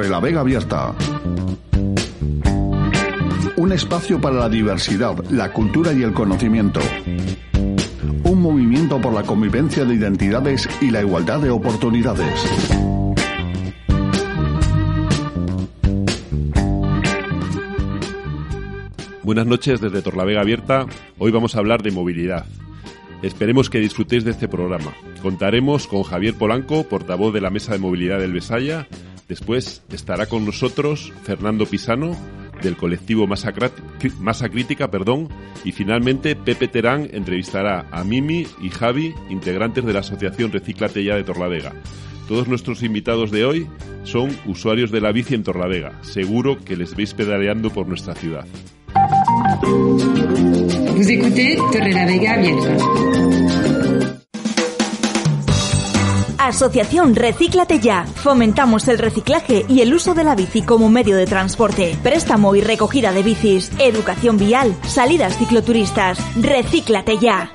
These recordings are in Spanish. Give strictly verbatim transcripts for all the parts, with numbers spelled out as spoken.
Torrelavega Abierta. Un espacio para la diversidad, la cultura y el conocimiento. Un movimiento por la convivencia de identidades y la igualdad de oportunidades. Buenas noches desde Torrelavega Abierta. Hoy vamos a hablar de movilidad. Esperemos que disfrutéis de este programa. Contaremos con Javier Polanco, portavoz de la Mesa de Movilidad del Besaya. Después estará con nosotros Fernando Pisano, del colectivo Masa, Masa Crítica, perdón, y finalmente Pepe Terán entrevistará a Mimi y Javi, integrantes de la asociación Recíclate Ya de Torrelavega. Todos nuestros invitados de hoy son usuarios de la bici en Torrelavega. Seguro que les veis pedaleando por nuestra ciudad. Vous écoutez Torrelavega Abierta. Asociación Recíclate Ya. Fomentamos el reciclaje y el uso de la bici como medio de transporte. Préstamo y recogida de bicis. Educación vial. Salidas cicloturistas. Recíclate Ya.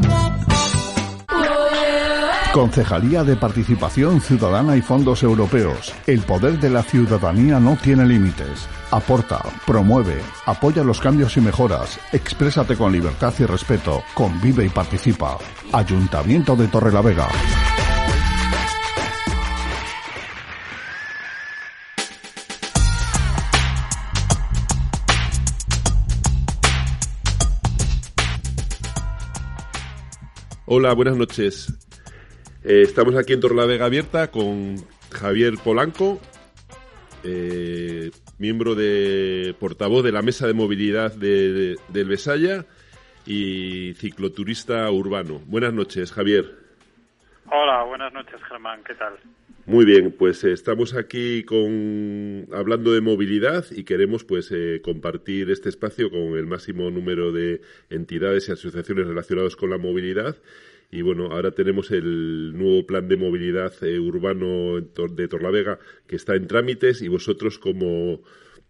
Concejalía de Participación Ciudadana y Fondos Europeos. El poder de la ciudadanía no tiene límites. Aporta, promueve, apoya los cambios y mejoras. Exprésate con libertad y respeto. Convive y participa. Ayuntamiento de Torrelavega. Hola, buenas noches. Eh, estamos aquí en Torrelavega Abierta con Javier Polanco, eh, miembro de portavoz de la Mesa de Movilidad de, de, del Besaya y cicloturista urbano. Buenas noches, Javier. Hola, buenas noches, Germán. ¿Qué tal? Muy bien, pues eh, estamos aquí con hablando de movilidad y queremos pues eh, compartir este espacio con el máximo número de entidades y asociaciones relacionadas con la movilidad. Y bueno, ahora tenemos el nuevo plan de movilidad eh, urbano de Torrelavega que está en trámites y vosotros como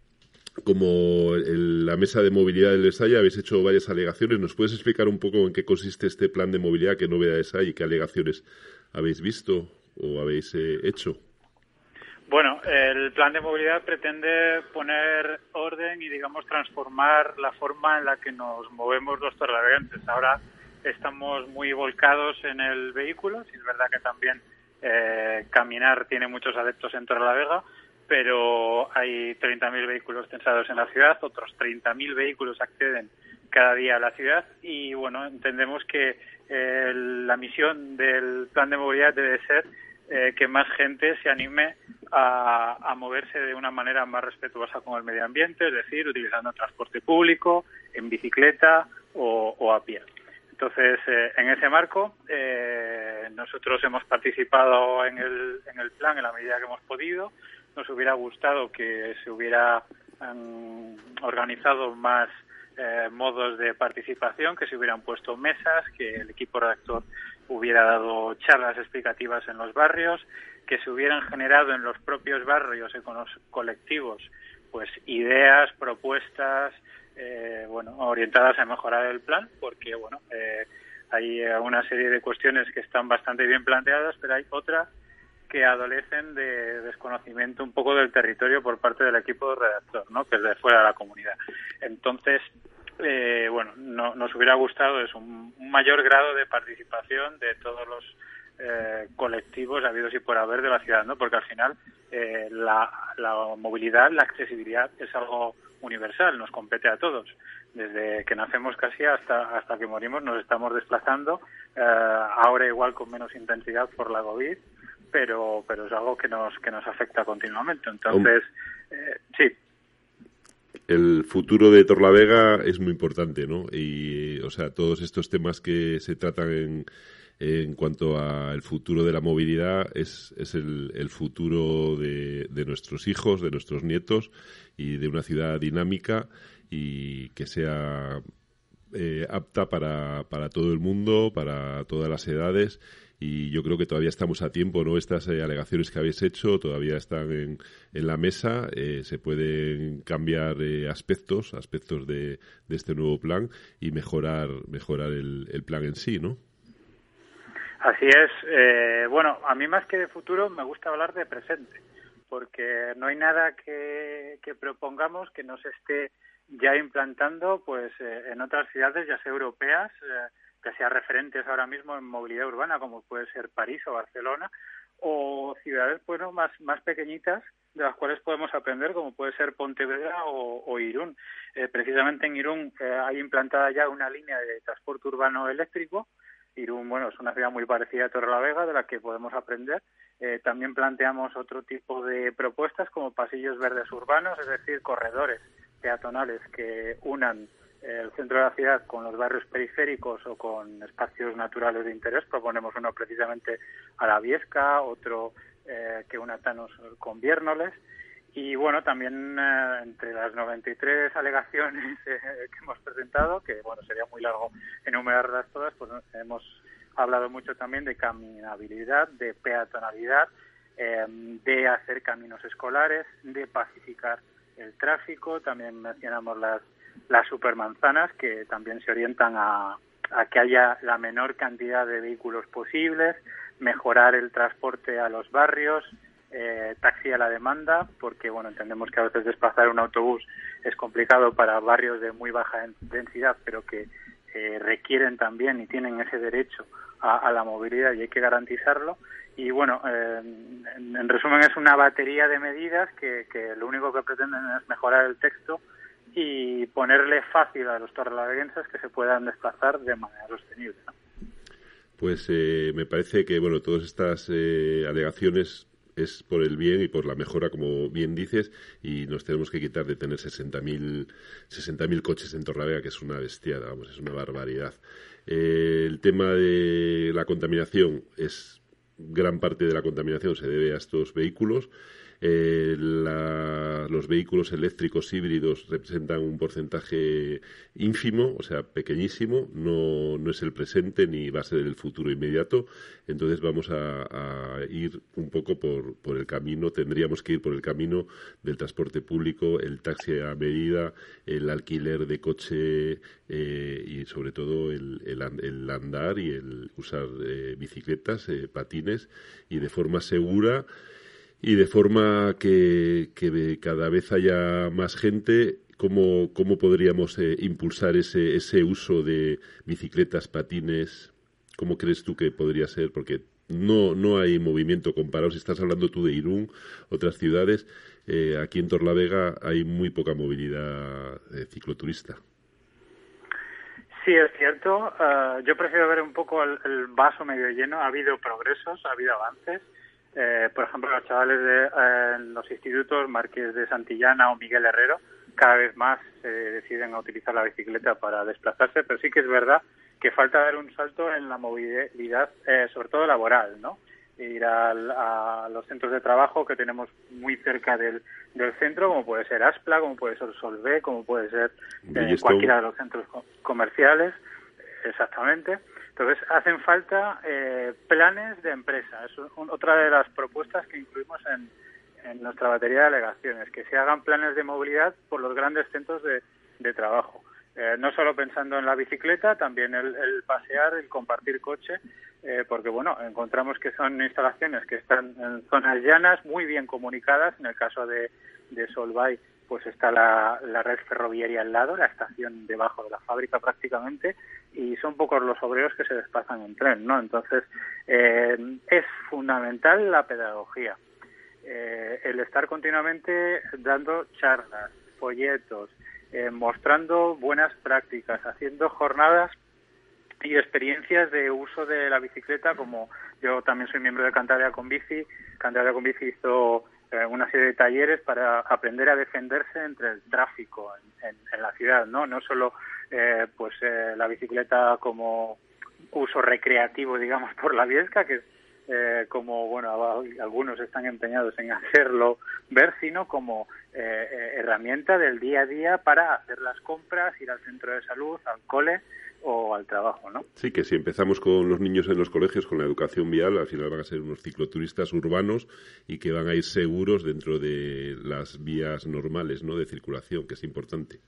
como el, la Mesa de Movilidad del Besaya habéis hecho varias alegaciones. ¿Nos puedes explicar un poco en qué consiste este plan de movilidad, qué novedades hay y qué alegaciones habéis visto o habéis eh, hecho? Bueno, el plan de movilidad pretende poner orden y, digamos, transformar la forma en la que nos movemos los torreveguenses. Ahora estamos muy volcados en el vehículo, si es verdad que también eh, caminar tiene muchos adeptos en Torrelavega, pero hay treinta mil vehículos censados en la ciudad, otros treinta mil vehículos acceden cada día a la ciudad y, bueno, entendemos que eh, la misión del plan de movilidad debe ser eh, que más gente se anime a, a moverse de una manera más respetuosa con el medio ambiente, es decir, utilizando transporte público, en bicicleta o, o a pie. Entonces, eh, en ese marco, eh, nosotros hemos participado en el, en el plan en la medida que hemos podido. Nos hubiera gustado que se hubiera um, organizado más eh, modos de participación, que se hubieran puesto mesas, que el equipo redactor hubiera dado charlas explicativas en los barrios, que se hubieran generado en los propios barrios y con los colectivos pues ideas, propuestas, Eh, bueno, orientadas a mejorar el plan, porque bueno, eh, hay una serie de cuestiones que están bastante bien planteadas, pero hay otras que adolecen de desconocimiento un poco del territorio por parte del equipo redactor, ¿no? Que es de fuera de la comunidad. Entonces, eh, bueno, no, nos hubiera gustado es un, un mayor grado de participación de todos los eh, colectivos habidos y por haber de la ciudad, ¿no? Porque al final eh, la, la movilidad, la accesibilidad es algo universal, nos compete a todos. Desde que nacemos casi hasta hasta que morimos nos estamos desplazando, eh, ahora igual con menos intensidad por la COVID, pero pero es algo que nos que nos afecta continuamente. Entonces, eh, sí. El futuro de Torrelavega es muy importante, ¿no? Y, o sea, todos estos temas que se tratan en en cuanto al futuro de la movilidad es, es el, el futuro de, de nuestros hijos, de nuestros nietos y de una ciudad dinámica y que sea eh, apta para, para todo el mundo, para todas las edades y yo creo que todavía estamos a tiempo, ¿no? Estas eh, alegaciones que habéis hecho todavía están en, en la mesa, eh, se pueden cambiar eh, aspectos, aspectos de, de este nuevo plan y mejorar, mejorar el, el plan en sí, ¿no? Así es. Eh, bueno, a mí más que de futuro me gusta hablar de presente, porque no hay nada que, que propongamos que no se esté ya implantando pues eh, en otras ciudades, ya sea europeas, eh, que sean referentes ahora mismo en movilidad urbana, como puede ser París o Barcelona, o ciudades bueno más más pequeñitas de las cuales podemos aprender, como puede ser Pontevedra o, o Irún. Eh, precisamente en Irún eh, hay implantada ya una línea de transporte urbano eléctrico. Irún, bueno, es una ciudad muy parecida a Torrelavega, de la que podemos aprender. Eh, también planteamos otro tipo de propuestas, como pasillos verdes urbanos, es decir, corredores peatonales que unan eh, el centro de la ciudad con los barrios periféricos o con espacios naturales de interés. Proponemos uno precisamente a la Viesca, otro eh, que una Thanos con Viérnoles. Y bueno, también eh, entre las noventa y tres alegaciones eh, que hemos presentado, que bueno, sería muy largo enumerarlas todas, pues hemos hablado mucho también de caminabilidad, de peatonalidad, eh, de hacer caminos escolares, de pacificar el tráfico. También mencionamos las las supermanzanas, que también se orientan a, a que haya la menor cantidad de vehículos posibles, mejorar el transporte a los barrios, eh, taxi a la demanda, porque bueno, entendemos que a veces desplazar un autobús es complicado para barrios de muy baja densidad, pero que eh, requieren también y tienen ese derecho a, a la movilidad y hay que garantizarlo. Y bueno, eh, en, en resumen es una batería de medidas que, que lo único que pretenden es mejorar el texto y ponerle fácil a los torrelaveguenses que se puedan desplazar de manera sostenible, ¿no? Pues eh, me parece que bueno, todas estas eh, alegaciones es por el bien y por la mejora, como bien dices, y nos tenemos que quitar de tener sesenta mil coches en Torrelavega, que es una bestiada, vamos, es una barbaridad. Eh, el tema de la contaminación es gran parte de la contaminación se debe a estos vehículos. Eh, la, los vehículos eléctricos híbridos representan un porcentaje ínfimo, o sea, pequeñísimo, no, no es el presente ni va a ser el futuro inmediato. Entonces vamos a, a ir un poco por, por el camino, tendríamos que ir por el camino del transporte público, el taxi a medida, el alquiler de coche eh, y sobre todo el, el, el andar y el usar eh, bicicletas, eh, patines y de forma segura. Y de forma que, que cada vez haya más gente, ¿cómo, cómo podríamos eh, impulsar ese, ese uso de bicicletas, patines? ¿Cómo crees tú que podría ser? Porque no, no hay movimiento comparado. Si estás hablando tú de Irún, otras ciudades, eh, aquí en Torrelavega hay muy poca movilidad eh, cicloturista. Sí, es cierto. Uh, yo prefiero ver un poco el, el vaso medio lleno. Ha habido progresos, ha habido avances. Eh, por ejemplo, los chavales de eh, los institutos Marqués de Santillana o Miguel Herrero cada vez más se eh, deciden a utilizar la bicicleta para desplazarse, pero sí que es verdad que falta dar un salto en la movilidad, eh, sobre todo laboral, ¿no? Ir al, a los centros de trabajo que tenemos muy cerca del, del centro, como puede ser Aspla, como puede ser Solvé, como puede ser eh, cualquiera de los centros co- comerciales, exactamente. Entonces, hacen falta eh, planes de empresa. Es un, otra de las propuestas que incluimos en, en nuestra batería de alegaciones, que se hagan planes de movilidad por los grandes centros de, de trabajo. Eh, no solo pensando en la bicicleta, también el, el pasear, el compartir coche, eh, porque, bueno, encontramos que son instalaciones que están en zonas llanas, muy bien comunicadas. En el caso de, de Solvay, pues está la, la red ferroviaria al lado, la estación debajo de la fábrica prácticamente, y son pocos los obreros que se desplazan en tren, ¿no? Entonces, eh, es fundamental la pedagogía, eh, el estar continuamente dando charlas, folletos, eh, mostrando buenas prácticas, haciendo jornadas y experiencias de uso de la bicicleta, como yo también soy miembro de Cantabria con Bici. Cantabria con Bici hizo eh, una serie de talleres para aprender a defenderse entre el tráfico en, en, en la ciudad, ¿no? No solo eh, pues eh, la bicicleta como uso recreativo, digamos, por la Viesca, que es eh, como, bueno, algunos están empeñados en hacerlo ver, sino como eh, herramienta del día a día para hacer las compras, ir al centro de salud, al cole o al trabajo, ¿no? Sí, que si empezamos con los niños en los colegios, con la educación vial, al final van a ser unos cicloturistas urbanos y que van a ir seguros dentro de las vías normales, ¿no?, de circulación, que es importante.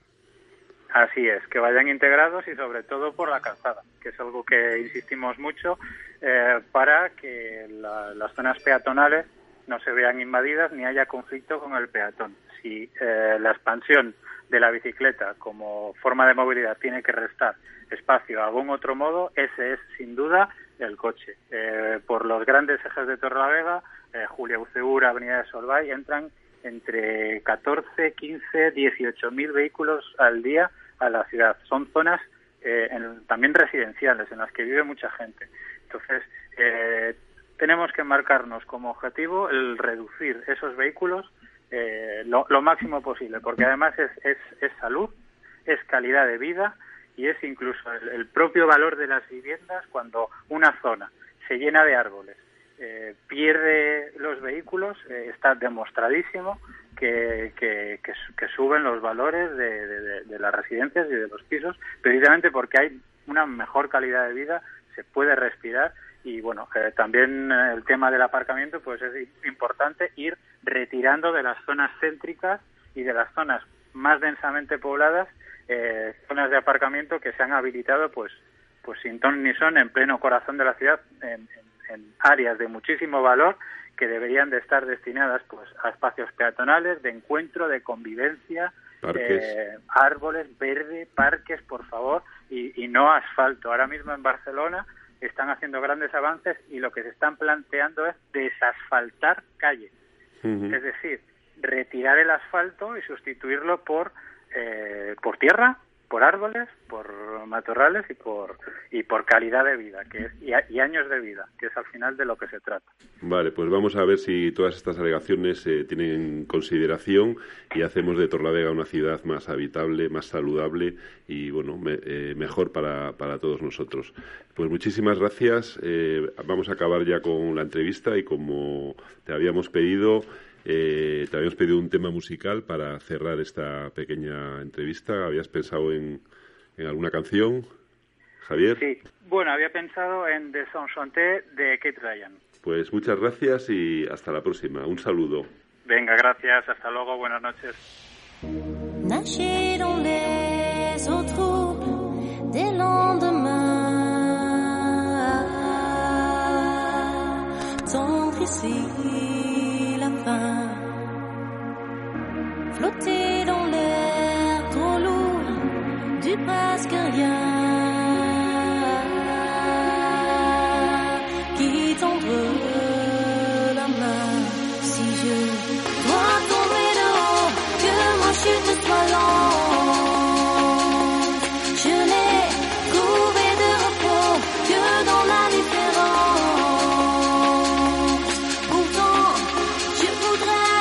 Así es, que vayan integrados y sobre todo por la calzada, que es algo que insistimos mucho eh, para que la, las zonas peatonales no se vean invadidas ni haya conflicto con el peatón. Si eh, la expansión de la bicicleta como forma de movilidad tiene que restar espacio a algún otro modo, ese es sin duda el coche. Eh, por los grandes ejes de Torrelavega, eh, Julia Uceura, Avenida de Solvay, entran entre catorce, quince, dieciocho mil vehículos al día a la ciudad. Son zonas eh, en, también residenciales en las que vive mucha gente. Entonces, eh, tenemos que marcarnos como objetivo el reducir esos vehículos eh, lo, lo máximo posible, porque además es, es, es salud, es calidad de vida y es incluso el, el propio valor de las viviendas cuando una zona se llena de árboles, eh, pierde los vehículos, eh, está demostradísimo que, que, que, que suben los valores de, de, de las residencias y de los pisos, precisamente porque hay una mejor calidad de vida, se puede respirar. Y bueno, eh, también eh, el tema del aparcamiento, pues es importante ir retirando de las zonas céntricas y de las zonas más densamente pobladas eh, zonas de aparcamiento que se han habilitado pues pues sin ton ni son en pleno corazón de la ciudad, en, en, en áreas de muchísimo valor que deberían de estar destinadas pues a espacios peatonales, de encuentro, de convivencia, eh, árboles, verde, parques, por favor, y, y no asfalto. Ahora mismo en Barcelona están haciendo grandes avances y lo que se están planteando es desasfaltar calles. Uh-huh. Es decir, retirar el asfalto y sustituirlo por eh, por tierra, por árboles, por matorrales y por y por calidad de vida, que es y, a, y años de vida, que es al final de lo que se trata. Vale, pues vamos a ver si todas estas alegaciones se eh, tienen en consideración y hacemos de Torrelavega una ciudad más habitable, más saludable y bueno, me, eh, mejor para, para todos nosotros. Pues muchísimas gracias. Eh, vamos a acabar ya con la entrevista y como te habíamos pedido, eh, te habíamos pedido un tema musical para cerrar esta pequeña entrevista. ¿Habías pensado en, en alguna canción, Javier? Sí, bueno, había pensado en The Son Chanté de Kate Ryan. Pues muchas gracias y hasta la próxima. Un saludo. Venga, gracias. Hasta luego. Buenas noches. Nager dans les eaux troubles des lendemains, tendre ici la fin, flotter dans l'air trop lourd du presque rien, qui tendre la main si je dois tomber de haut, que ma chute soit lente. Je n'ai trouvé de repos que dans l'indifférence. Pourtant, je voudrais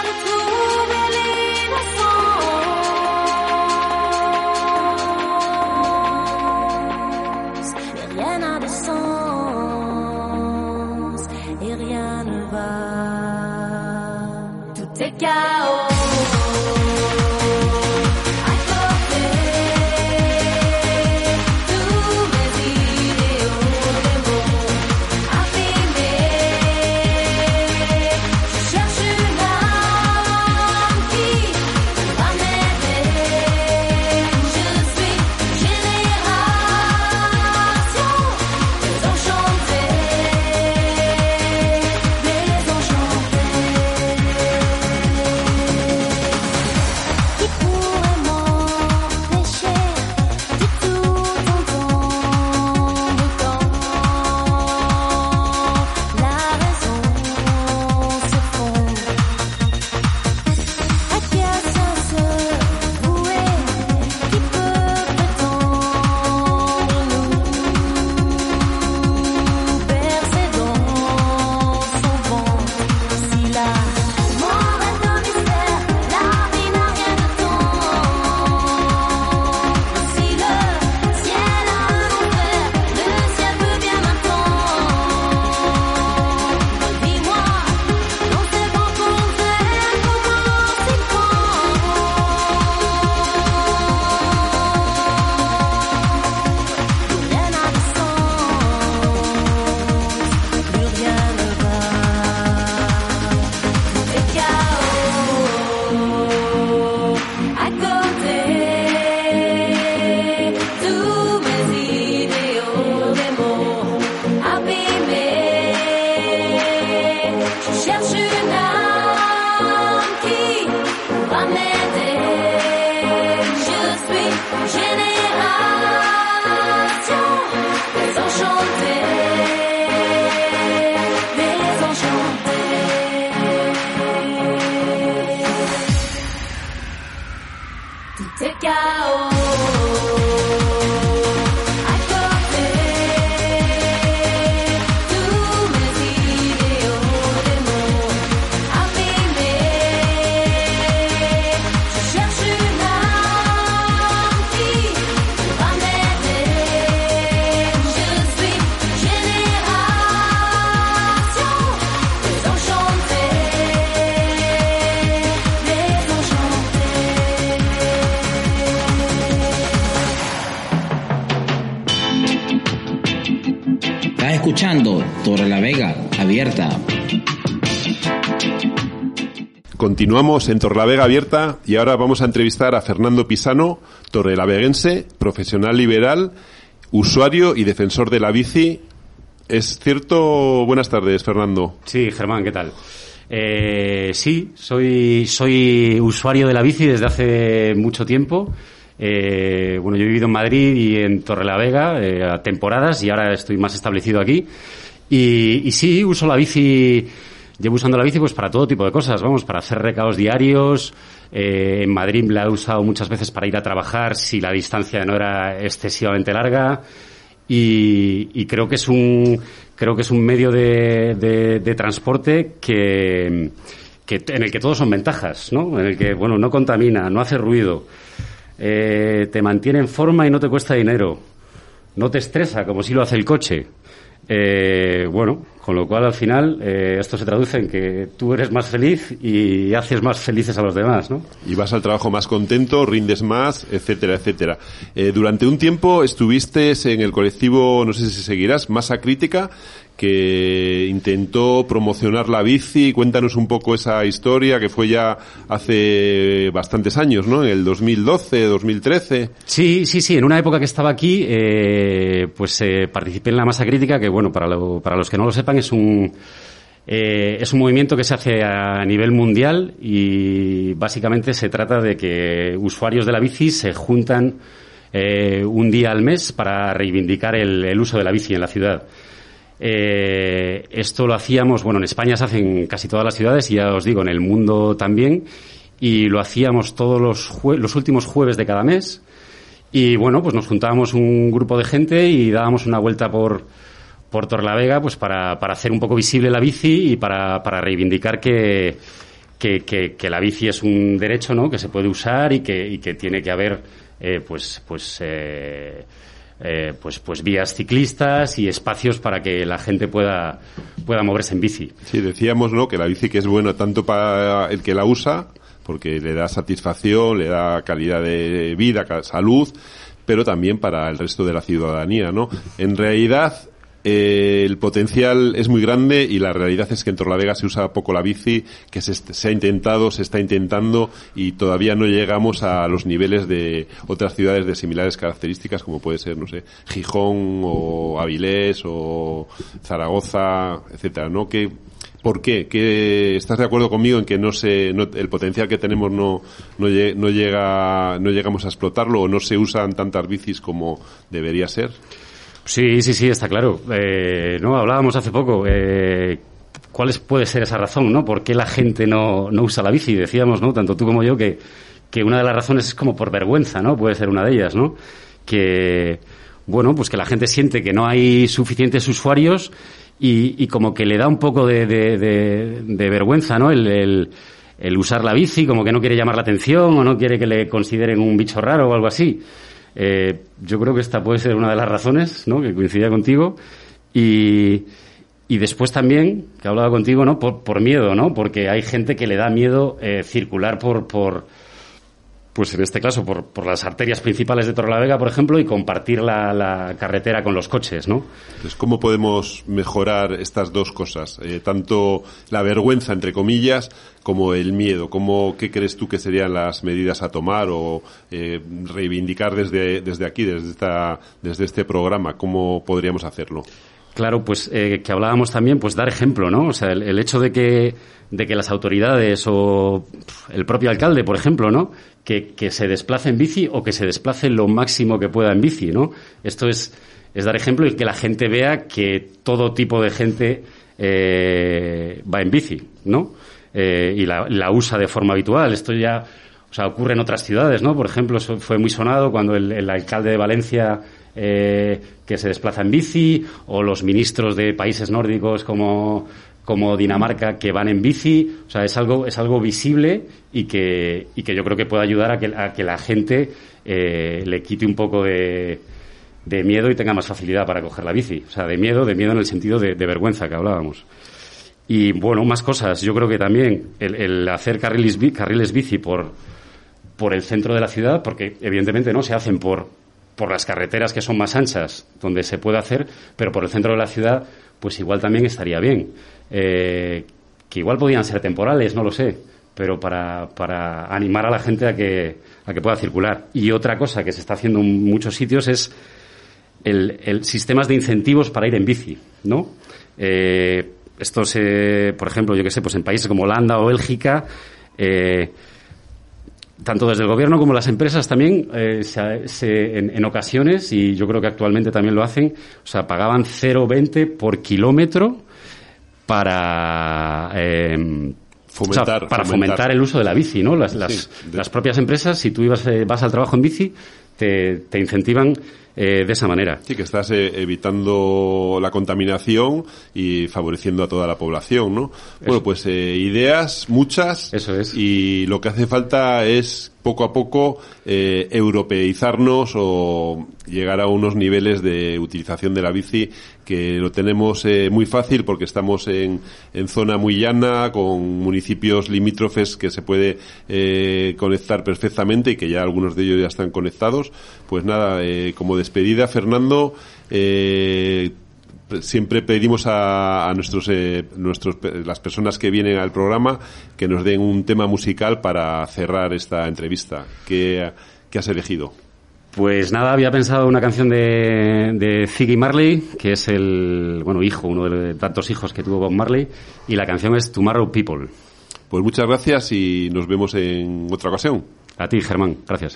escuchando Torrelavega Abierta. Continuamos en Torrelavega Abierta y ahora vamos a entrevistar a Fernando Pisano, torrelaveguense, profesional liberal, usuario y defensor de la bici. ¿Es cierto? Buenas tardes, Fernando. Sí, Germán, ¿qué tal? Eh, sí, soy, soy usuario de la bici desde hace mucho tiempo. Eh, bueno, yo he vivido en Madrid y en Torrelavega eh, a temporadas y ahora estoy más establecido aquí. Y, y sí, uso la bici, llevo usando la bici pues para todo tipo de cosas, vamos, para hacer recados diarios. Eh, en Madrid la he usado muchas veces para ir a trabajar si la distancia no era excesivamente larga. Y, y creo que es un, creo que es un medio de, de, de transporte que, que, en el que todos son ventajas, ¿no? En el que, bueno, no contamina, no hace ruido. Eh, te mantiene en forma y no te cuesta dinero. No te estresa, como si lo hace el coche. Eh, bueno, con lo cual al final eh, esto se traduce en que tú eres más feliz y haces más felices a los demás, ¿no? Y vas al trabajo más contento, rindes más, etcétera, etcétera. Eh, durante un tiempo estuviste en el colectivo, no sé si seguirás, Masa Crítica, que intentó promocionar la bici. Cuéntanos un poco esa historia, que fue ya hace bastantes años, ¿no? En el dos mil doce, dos mil trece. Sí, sí, sí. En una época que estaba aquí, eh, pues eh, participé en la Masa Crítica, que bueno, para, lo, para los que no lo sepan, es un eh, es un movimiento que se hace a nivel mundial y básicamente se trata de que usuarios de la bici se juntan eh, un día al mes para reivindicar el, el uso de la bici en la ciudad. Eh, esto lo hacíamos, bueno, en España se hace en casi todas las ciudades y ya os digo, en el mundo también, y lo hacíamos todos los, jue- los últimos jueves de cada mes. Y bueno, pues nos juntábamos un grupo de gente y dábamos una vuelta por, por Torrelavega, pues para, para hacer un poco visible la bici y para, para reivindicar que, que, que, que la bici es un derecho, ¿no? Que se puede usar y que, y que tiene que haber, eh, pues, pues, eh, Eh, pues pues vías ciclistas y espacios para que la gente pueda pueda moverse en bici. Sí, decíamos, ¿no?, que la bici que es buena tanto para el que la usa, porque le da satisfacción, le da calidad de vida, salud, pero también para el resto de la ciudadanía, ¿no? En realidad, eh, el potencial es muy grande y la realidad es que en Torrelavega se usa poco la bici, que se, se ha intentado, se está intentando y todavía no llegamos a los niveles de otras ciudades de similares características como puede ser, no sé, Gijón o Avilés o Zaragoza, etcétera, ¿no? Que ¿Por qué? ¿Qué? ¿Estás de acuerdo conmigo en que no se, no, el potencial que tenemos no, no, no llega, no llegamos a explotarlo o no se usan tantas bicis como debería ser? Sí, sí, sí, está claro. Eh, no, hablábamos hace poco. Eh, ¿Cuál es, puede ser esa razón, no? ¿Por qué la gente no, no usa la bici? Decíamos, ¿no? Tanto tú como yo, que, que una de las razones es como por vergüenza, ¿no? Puede ser una de ellas, ¿no? Que, bueno, pues que la gente siente que no hay suficientes usuarios y, y como que le da un poco de, de, de, de vergüenza, ¿no? El, el, el usar la bici, como que no quiere llamar la atención o no quiere que le consideren un bicho raro o algo así. Eh, yo creo que esta puede ser una de las razones, ¿no? Que coincidía contigo. Y, y después también, que hablaba contigo, ¿no? Por, por miedo, ¿no? Porque hay gente que le da miedo eh, circular por, por, pues en este caso, por, por las arterias principales de Torrelavega, por ejemplo, y compartir la, la carretera con los coches, ¿no? Entonces, ¿cómo podemos mejorar estas dos cosas? Eh, tanto la vergüenza, entre comillas, como el miedo. ¿Cómo, qué crees tú que serían las medidas a tomar o eh, reivindicar desde, desde aquí, desde, esta, desde este programa? ¿Cómo podríamos hacerlo? Claro, pues eh, que hablábamos también, pues dar ejemplo, ¿no? O sea, el, el hecho de que de que las autoridades o el propio alcalde, por ejemplo, ¿no? Que, que se desplace en bici o que se desplace lo máximo que pueda en bici, ¿no? Esto es, es dar ejemplo y que la gente vea que todo tipo de gente eh, va en bici, ¿no? Eh, y la, la usa de forma habitual. Esto ya, o sea, ocurre en otras ciudades, ¿no? Por ejemplo, eso fue muy sonado cuando el, el alcalde de Valencia eh, que se desplaza en bici, o los ministros de países nórdicos como como Dinamarca que van en bici. O sea, es algo es algo visible y que y que yo creo que puede ayudar a que a que la gente eh, le quite un poco de de miedo y tenga más facilidad para coger la bici. O sea, de miedo, de miedo en el sentido de, de vergüenza que hablábamos. Y bueno, más cosas. Yo creo que también el, el hacer carriles, carriles bici por, por el centro de la ciudad, porque evidentemente no se hacen por, por las carreteras que son más anchas, donde se puede hacer, pero por el centro de la ciudad, pues igual también estaría bien. Eh, que igual podían ser temporales, no lo sé, pero para, para animar a la gente a que, a que pueda circular. Y otra cosa que se está haciendo en muchos sitios es el, el sistemas de incentivos para ir en bici, ¿no? Eh, esto se, por ejemplo, yo que sé, pues en países como Holanda o Bélgica, eh, tanto desde el gobierno como las empresas también, eh, se, se, en, en ocasiones, y yo creo que actualmente también lo hacen, o sea, pagaban cero coma veinte por kilómetro para... Eh, Fomentar, o sea, para fomentar. fomentar el uso de la bici, ¿no? Las, las, sí, de... las propias empresas, si tú ibas, eh, vas al trabajo en bici, te, te incentivan eh, de esa manera. Sí, que estás eh, evitando la contaminación y favoreciendo a toda la población, ¿no? Eso. Bueno, pues eh, ideas muchas. Eso es. Y lo que hace falta es poco a poco eh, europeizarnos o llegar a unos niveles de utilización de la bici que lo tenemos eh, muy fácil porque estamos en, en zona muy llana, con municipios limítrofes que se puede eh, conectar perfectamente y que ya algunos de ellos ya están conectados. Pues nada, eh, como despedida, Fernando, eh, siempre pedimos a, a nuestros, eh, nuestros, las personas que vienen al programa que nos den un tema musical para cerrar esta entrevista. ¿Qué, qué has elegido? Pues nada, había pensado una canción de, de Ziggy Marley, que es el, bueno, hijo, uno de tantos hijos que tuvo Bob Marley, y la canción es Tomorrow People. Pues muchas gracias y nos vemos en otra ocasión. A ti, Germán. Gracias.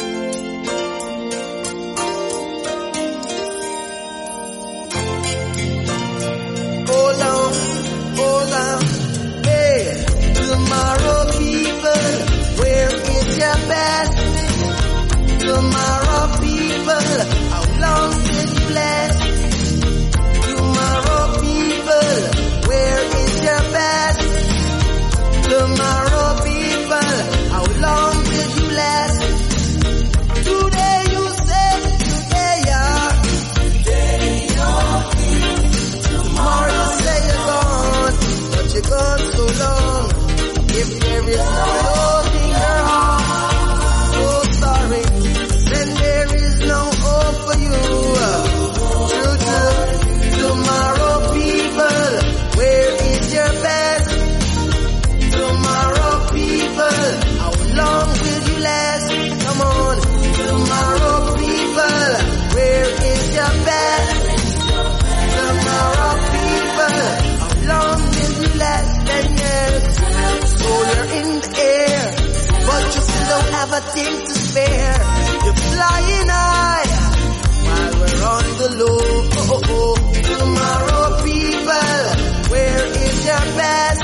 Thing to spare. You're flying high while we're on the low. Oh, oh, oh. Tomorrow, people, where is your best?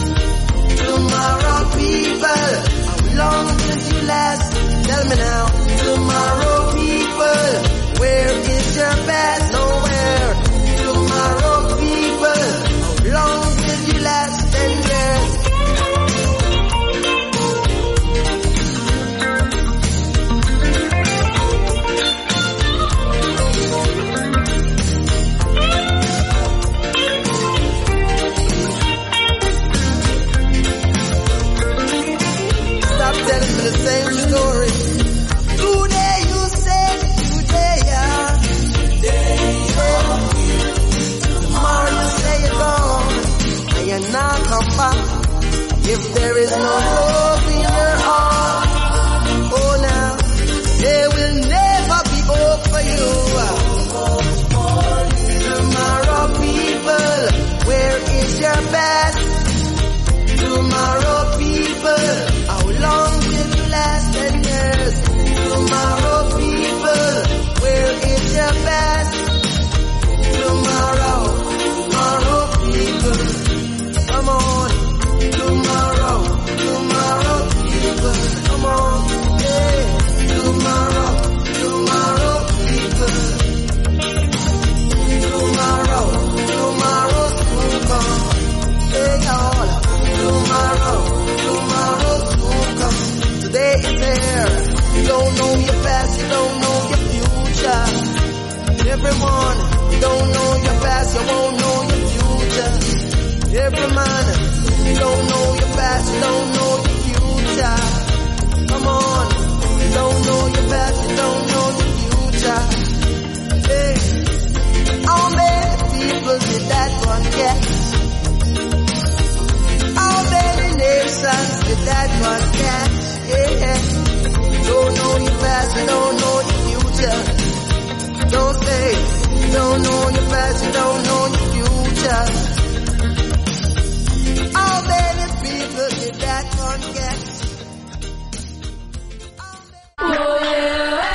Tomorrow, people, how long will you last? Tell me now. Tomorrow, people, where is your best? Nowhere. Tomorrow, people, how long will you last? Ten years. The same story. Today you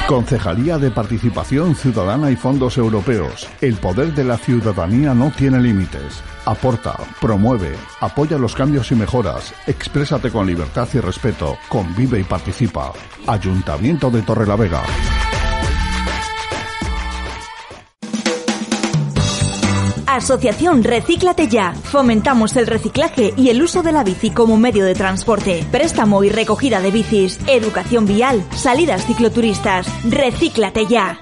Concejalía de Participación Ciudadana y Fondos Europeos. El poder de la ciudadanía no tiene límites. Aporta, promueve, apoya los cambios y mejoras, exprésate con libertad y respeto, convive y participa. Ayuntamiento de Torrelavega. Asociación Recíclate Ya. Fomentamos el reciclaje y el uso de la bici como medio de transporte. Préstamo y recogida de bicis, educación vial, salidas cicloturistas. Recíclate Ya.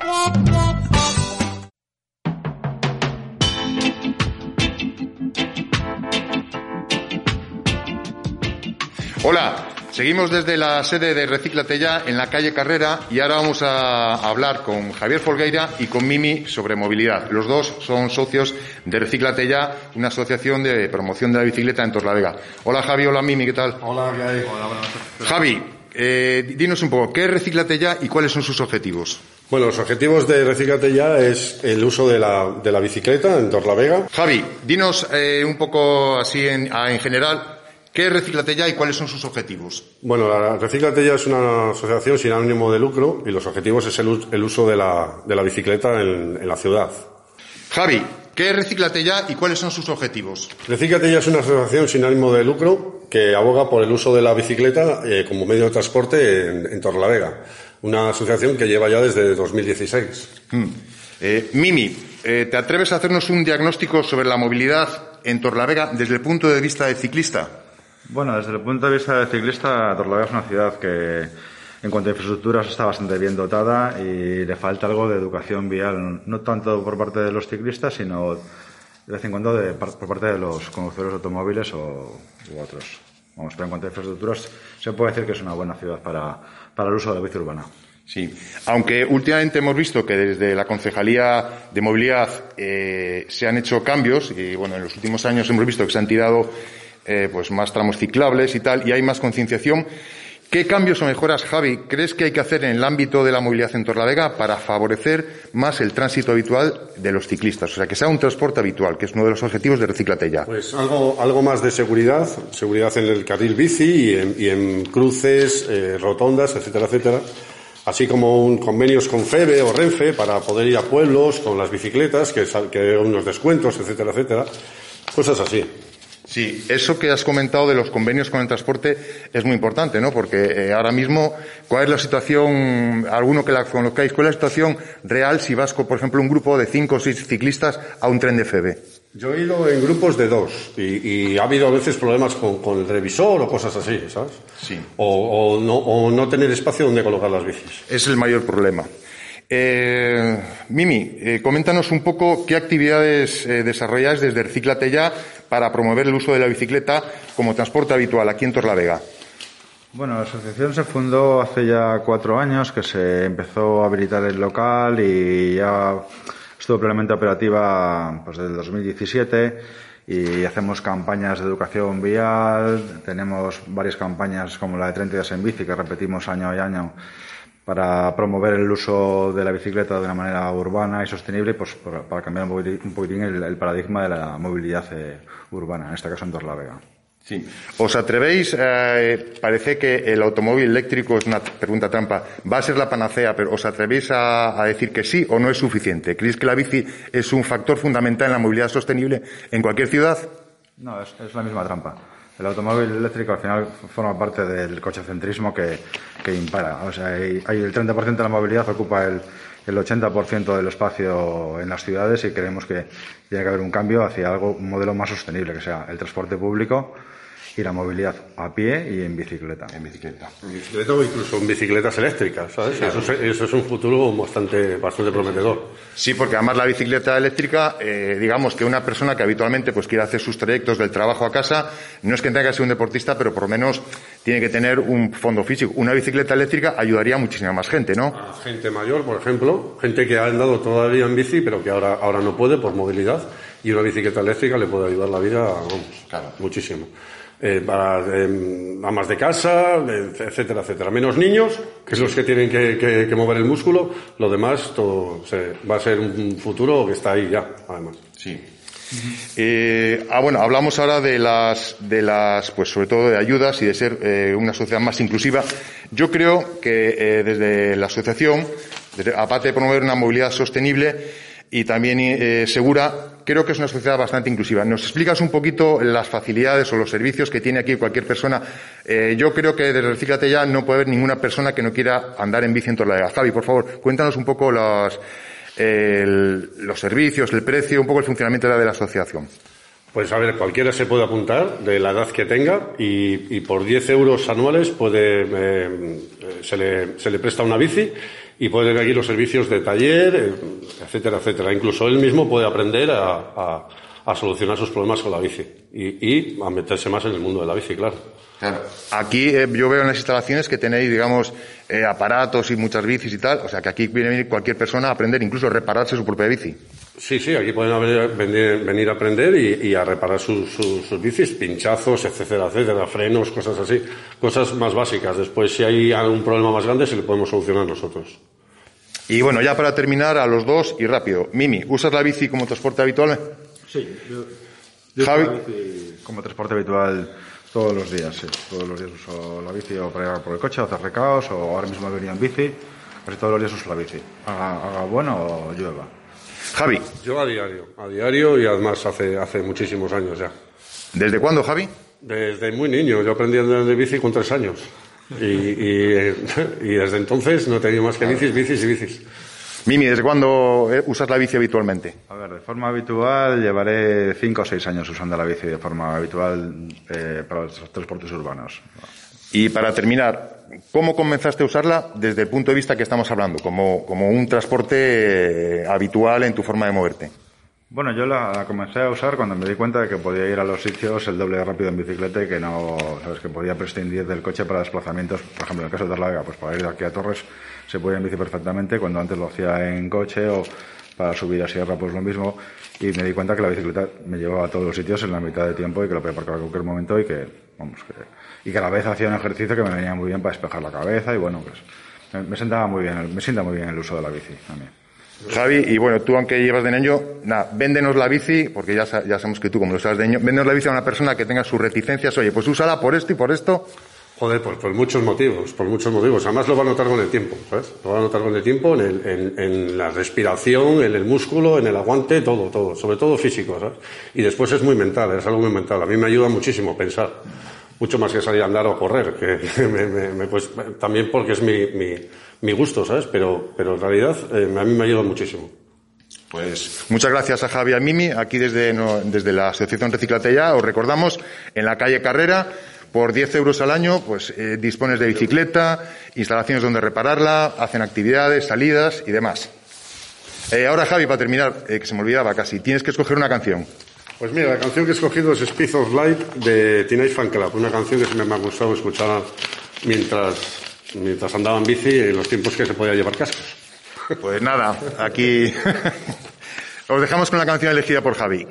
Hola, seguimos desde la sede de Recíclate Ya en la calle Carrera y ahora vamos a hablar con Javier Folgueira y con Mimi sobre movilidad. Los dos son socios de Recíclate Ya, una asociación de promoción de la bicicleta en Torrelavega. Hola Javi, hola Mimi, ¿qué tal? Hola, ¿qué hay? Hola, buenas noches. Javi, eh, dinos un poco, ¿qué es Recíclate Ya y cuáles son sus objetivos? Bueno, los objetivos de Recíclate Ya es el uso de la, de la bicicleta en Torrelavega. Javi, dinos eh, un poco así en, en general, ¿qué es Recíclate Ya y cuáles son sus objetivos? Bueno, la Recíclate Ya es una asociación sin ánimo de lucro y los objetivos es el, el uso de la, de la bicicleta en, en la ciudad. Javi, ¿qué es Recíclate Ya y cuáles son sus objetivos? Recíclate Ya es una asociación sin ánimo de lucro que aboga por el uso de la bicicleta eh, como medio de transporte en, en Torrelavega. Una asociación que lleva ya desde dos mil dieciséis. Hmm. Eh, Mimi, eh, ¿te atreves a hacernos un diagnóstico sobre la movilidad en Torrelavega desde el punto de vista del ciclista? Bueno, desde el punto de vista del ciclista, Torrelavega es una ciudad que, en cuanto a infraestructuras, está bastante bien dotada y le falta algo de educación vial, no tanto por parte de los ciclistas, sino de vez en cuando de, por parte de los conductores de automóviles o u otros. Vamos, pero en cuanto a infraestructuras, se puede decir que es una buena ciudad para, para el uso de la bici urbana. Sí, aunque últimamente hemos visto que desde la Concejalía de Movilidad eh, se han hecho cambios y, bueno, en los últimos años hemos visto que se han tirado Eh, pues más tramos ciclables y tal, y hay más concienciación. ¿Qué cambios o mejoras, Javi, crees que hay que hacer en el ámbito de la movilidad en Torrelavega para favorecer más el tránsito habitual de los ciclistas? O sea, que sea un transporte habitual, que es uno de los objetivos de Recíclate Ya. Pues algo, algo más de seguridad, seguridad en el carril bici y en, y en cruces, eh, rotondas, etcétera, etcétera. Así como un, convenios con FEBE o Renfe para poder ir a pueblos con las bicicletas, que, que unos descuentos, etcétera, etcétera. Cosas así. Sí, eso que has comentado de los convenios con el transporte es muy importante, ¿no? Porque eh, ahora mismo, ¿cuál es la situación, alguno que la conozcáis, cuál es la situación real si vas con, por ejemplo, un grupo de cinco o seis ciclistas a un tren de FEBE? Yo he ido en grupos de dos y, y ha habido a veces problemas con, con el revisor o cosas así, ¿sabes? Sí. O, o, no, o no tener espacio donde colocar las bicis. Es el mayor problema. Eh, Mimi, eh, coméntanos un poco qué actividades eh, desarrolláis desde Recíclate Ya para promover el uso de la bicicleta como transporte habitual aquí en Torrelavega. Bueno, la asociación se fundó hace ya cuatro años, que se empezó a habilitar el local y ya estuvo plenamente operativa pues desde el dos mil diecisiete y hacemos campañas de educación vial, tenemos varias campañas como la de treinta días en bici que repetimos año y año para promover el uso de la bicicleta de una manera urbana y sostenible, pues para cambiar un poquitín el, el paradigma de la movilidad eh, urbana, en este caso en Torrelavega. Sí. ¿Os atrevéis, eh, parece que el automóvil eléctrico, es una pregunta trampa, va a ser la panacea, pero ¿os atrevéis a, a decir que sí o no es suficiente? ¿Creéis que la bici es un factor fundamental en la movilidad sostenible en cualquier ciudad? No, es, es la misma trampa. El automóvil eléctrico al final forma parte del cochecentrismo que, que impara. O sea, hay, hay el treinta por ciento de la movilidad ocupa el, el ochenta por ciento del espacio en las ciudades y creemos que tiene que haber un cambio hacia algo, un modelo más sostenible, que sea el transporte público y la movilidad a pie y en bicicleta. En bicicleta. En bicicleta o incluso en bicicletas eléctricas, ¿sabes? Sí, claro. eso, es, eso es un futuro bastante, bastante prometedor. Sí, porque además la bicicleta eléctrica, eh, digamos que una persona que habitualmente pues quiere hacer sus trayectos del trabajo a casa, no es que tenga que ser un deportista, pero por lo menos tiene que tener un fondo físico. Una bicicleta eléctrica ayudaría a muchísima más gente, ¿no? A gente mayor, por ejemplo, gente que ha andado todavía en bici, pero que ahora, ahora no puede por movilidad, y una bicicleta eléctrica le puede ayudar la vida, vamos, claro, muchísimo. Eh, para eh, amas de casa, etcétera, etcétera. Menos niños, que son los que tienen que, que, que mover el músculo. Lo demás todo se, va a ser un futuro que está ahí ya, además. Sí. Eh, ah, bueno, hablamos ahora de las, de las, pues sobre todo de ayudas y de ser eh, una sociedad más inclusiva. Yo creo que eh, desde la asociación, desde, aparte de promover una movilidad sostenible y también eh, segura, creo que es una sociedad bastante inclusiva. ¿Nos explicas un poquito las facilidades o los servicios que tiene aquí cualquier persona? Eh, yo creo que desde Recíclate Ya no puede haber ninguna persona que no quiera andar en bici en Torlavega. Javi, por favor, cuéntanos un poco los, el, los servicios, el precio, un poco el funcionamiento de la, de la asociación. Pues a ver, cualquiera se puede apuntar de la edad que tenga y, y por diez euros anuales puede, eh, se, le, se le presta una bici y puede tener aquí los servicios de taller, eh, etcétera, etcétera. Incluso él mismo puede aprender a, a, a solucionar sus problemas con la bici y, y a meterse más en el mundo de la bici, claro. Claro. Aquí eh, yo veo en las instalaciones que tenéis, digamos, eh, aparatos y muchas bicis y tal, o sea que aquí viene a venir cualquier persona a aprender, incluso a repararse su propia bici. Sí, sí, aquí pueden venir, venir, venir a aprender y, y a reparar sus, sus, sus bicis, pinchazos, etcétera, etcétera, frenos, cosas así, cosas más básicas. Después, si hay algún problema más grande, se le podemos solucionar nosotros. Y bueno, ya para terminar, a los dos y rápido. Mimi, ¿usas la bici como transporte habitual? Sí, yo, yo Javi. uso la bici como transporte habitual todos los días, sí. Todos los días uso la bici o para ir por el coche, o hacer recados, o ahora mismo he venido en bici. Casi todos los días uso la bici, haga, haga bueno o llueva. Javi. Yo a diario, a diario y además hace, hace muchísimos años ya. ¿Desde cuándo, Javi? Desde muy niño, yo aprendí a andar de bici con tres años. Y, y, y desde entonces no he tenido más que bicis, bicis y bicis. Mimi, ¿desde cuándo usas la bici habitualmente? A ver, de forma habitual llevaré cinco o seis años usando la bici de forma habitual eh, para los transportes urbanos. Y para terminar, ¿cómo comenzaste a usarla desde el punto de vista que estamos hablando, como, como un transporte eh, habitual en tu forma de moverte? Bueno, yo la, la comencé a usar cuando me di cuenta de que podía ir a los sitios el doble de rápido en bicicleta y que no, sabes, que podía prescindir del coche para desplazamientos. Por ejemplo, en el caso de Torlavega, pues para ir de aquí a Torres se puede ir en bici perfectamente, cuando antes lo hacía en coche, o para subir a sierra pues lo mismo, y me di cuenta que la bicicleta me llevaba a todos los sitios en la mitad de tiempo y que lo podía aparcar a cualquier momento y que, vamos, que, y que a la vez hacía un ejercicio que me venía muy bien para despejar la cabeza y bueno, pues me, me sentaba muy bien, me sienta muy bien el uso de la bici a mí. Javi, y bueno, tú aunque llevas de niño, nada, véndenos la bici, porque ya, ya sabemos que tú como lo sabes de niño, véndenos la bici a una persona que tenga sus reticencias, oye, pues úsala por esto y por esto. Joder, pues por muchos motivos, por muchos motivos. Además lo va a notar con el tiempo, ¿sabes? Lo va a notar con el tiempo en, el, en, en la respiración, en el músculo, en el aguante, todo, todo. Sobre todo físico, ¿sabes? Y después es muy mental, es algo muy mental. A mí me ayuda muchísimo pensar. Mucho más que salir a andar o correr, que me, me, me, pues, también porque es mi, mi, mi gusto, ¿sabes? Pero, pero en realidad eh, a mí me ayuda muchísimo. Pues muchas gracias a Javi y a Mimi, aquí desde, no, desde la Asociación Recíclate Ya. Os recordamos, en la calle Carrera, por diez euros al año, pues eh, dispones de bicicleta, instalaciones donde repararla, hacen actividades, salidas y demás. Eh, ahora, Javi, para terminar, eh, que se me olvidaba casi, tienes que escoger una canción. Pues mira, la canción que he escogido es Speed of Light de Teenage Fan Club, una canción que siempre me ha gustado escuchar mientras, mientras andaba en bici en los tiempos que se podía llevar cascos. Pues nada, aquí os dejamos con la canción elegida por Javi.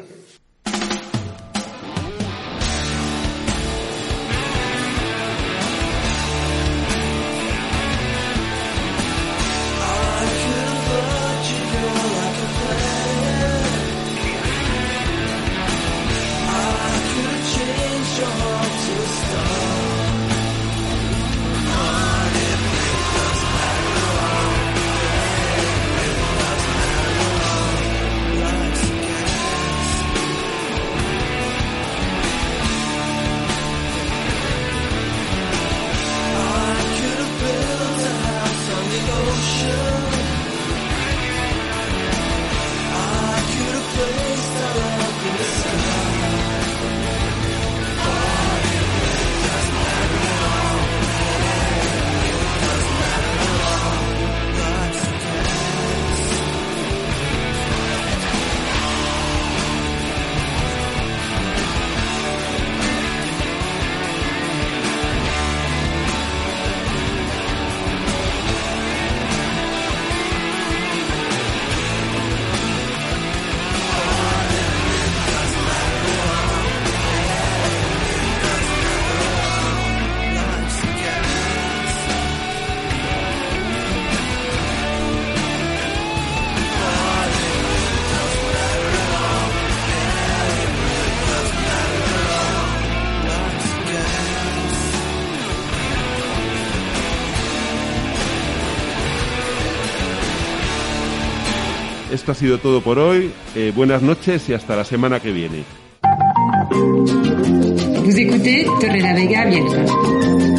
esto ha sido todo por hoy. Eh, buenas noches y hasta la semana que viene. Vous écoutez Torre la Vega Abierta.